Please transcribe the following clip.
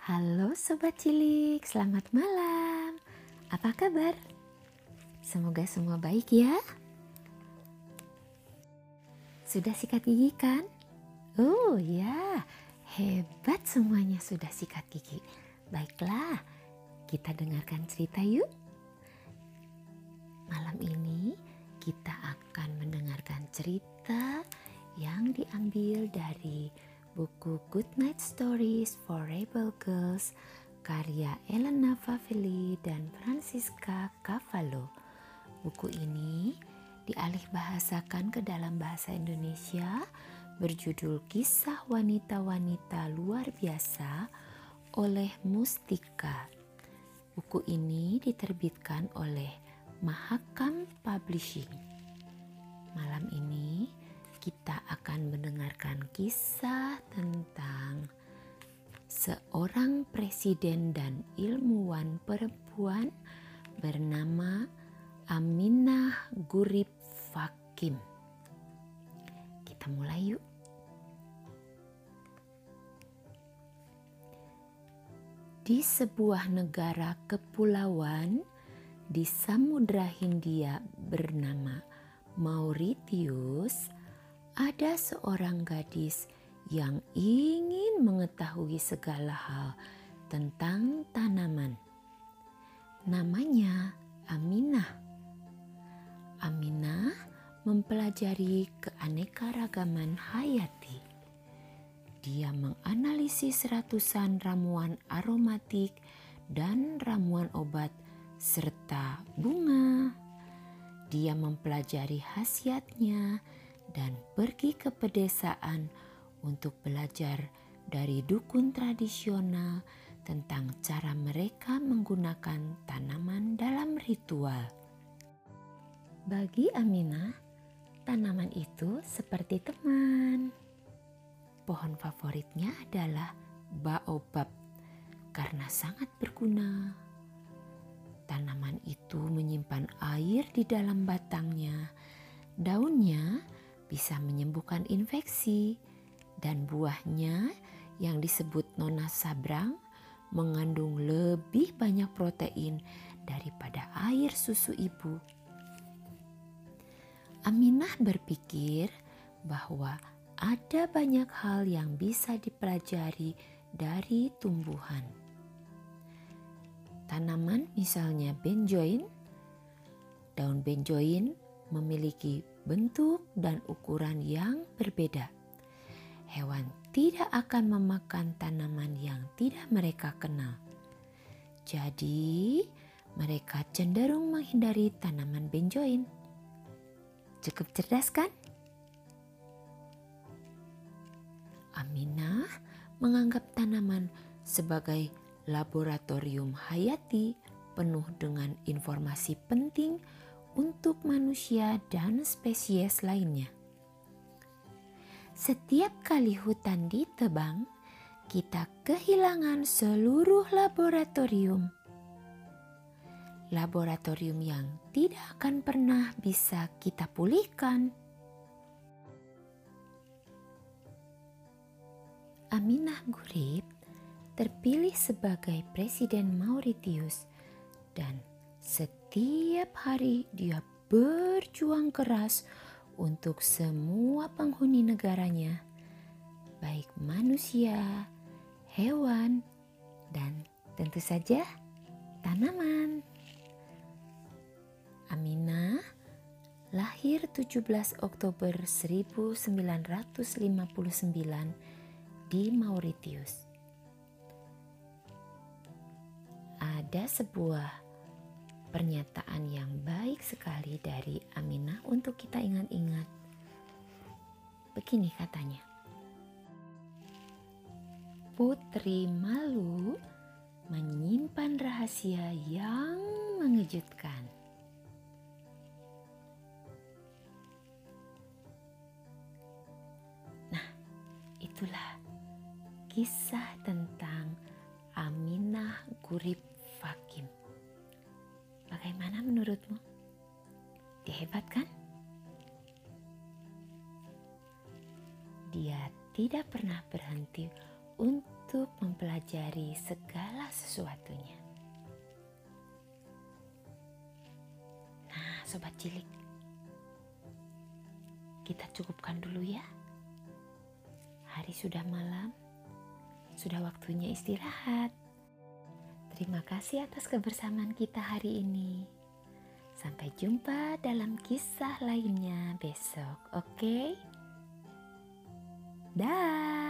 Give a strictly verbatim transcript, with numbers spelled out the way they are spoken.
Halo Sobat Cilik, selamat malam. Apa kabar? Semoga semua baik ya. Sudah sikat gigi kan? Oh ya, hebat semuanya sudah sikat gigi. Baiklah, kita dengarkan cerita yuk. Malam ini kita akan mendengarkan cerita yang diambil dari buku Good Night Stories for Rebel Girls karya Elena Favilli dan Francisca Cavallo. Buku ini dialihbahasakan ke dalam bahasa Indonesia berjudul Kisah Wanita-Wanita Luar Biasa oleh Mustika. Buku ini diterbitkan oleh Mahakam Publishing. Malam ini kita akan mendengarkan kisah tentang seorang presiden dan ilmuwan perempuan bernama Aminah Gurib Fakim. Kita mulai yuk. Di sebuah negara kepulauan di Samudra Hindia bernama Mauritius, ada seorang gadis yang ingin mengetahui segala hal tentang tanaman. Namanya Aminah. Aminah mempelajari keanekaragaman hayati. Dia menganalisis ratusan ramuan aromatik dan ramuan obat serta bunga. Dia mempelajari khasiatnya dan pergi ke pedesaan untuk belajar dari dukun tradisional tentang cara mereka menggunakan tanaman dalam ritual. Bagi Aminah, tanaman itu seperti teman. Pohon favoritnya adalah baobab karena sangat berguna. Tanaman itu menyimpan air di dalam batangnya. Daunnya bisa menyembuhkan infeksi dan buahnya yang disebut nona sabrang mengandung lebih banyak protein daripada air susu ibu. Aminah berpikir bahwa ada banyak hal yang bisa dipelajari dari tumbuhan. Tanaman misalnya benjoin. Daun benjoin memiliki bentuk dan ukuran yang berbeda. Hewan tidak akan memakan tanaman yang tidak mereka kenal. Jadi, mereka cenderung menghindari tanaman benjoin. Cukup cerdas kan? Aminah menganggap tanaman sebagai laboratorium hayati penuh dengan informasi penting untuk manusia dan spesies lainnya. Setiap kali hutan ditebang, kita kehilangan seluruh laboratorium. Laboratorium yang tidak akan pernah bisa kita pulihkan. Aminah Gurib terpilih sebagai Presiden Mauritius dan setiap hari dia berjuang keras untuk semua penghuni negaranya, baik manusia, hewan, dan tentu saja tanaman. Aminah lahir tujuh belas Oktober seribu sembilan ratus lima puluh sembilan di Mauritius. Ada sebuah pernyataan yang baik sekali dari Aminah untuk kita ingat-ingat. Begini katanya. Putri malu menyimpan rahasia yang mengejutkan. Nah, itulah kisah tentang Aminah Gurib Fakim. Bagaimana menurutmu? Dia hebat kan? Dia tidak pernah berhenti untuk untuk mempelajari segala sesuatunya. Nah, sobat cilik, kita cukupkan dulu ya. Hari sudah malam, sudah waktunya istirahat. Terima kasih atas kebersamaan kita hari ini. Sampai jumpa dalam kisah lainnya besok, oke? Dah.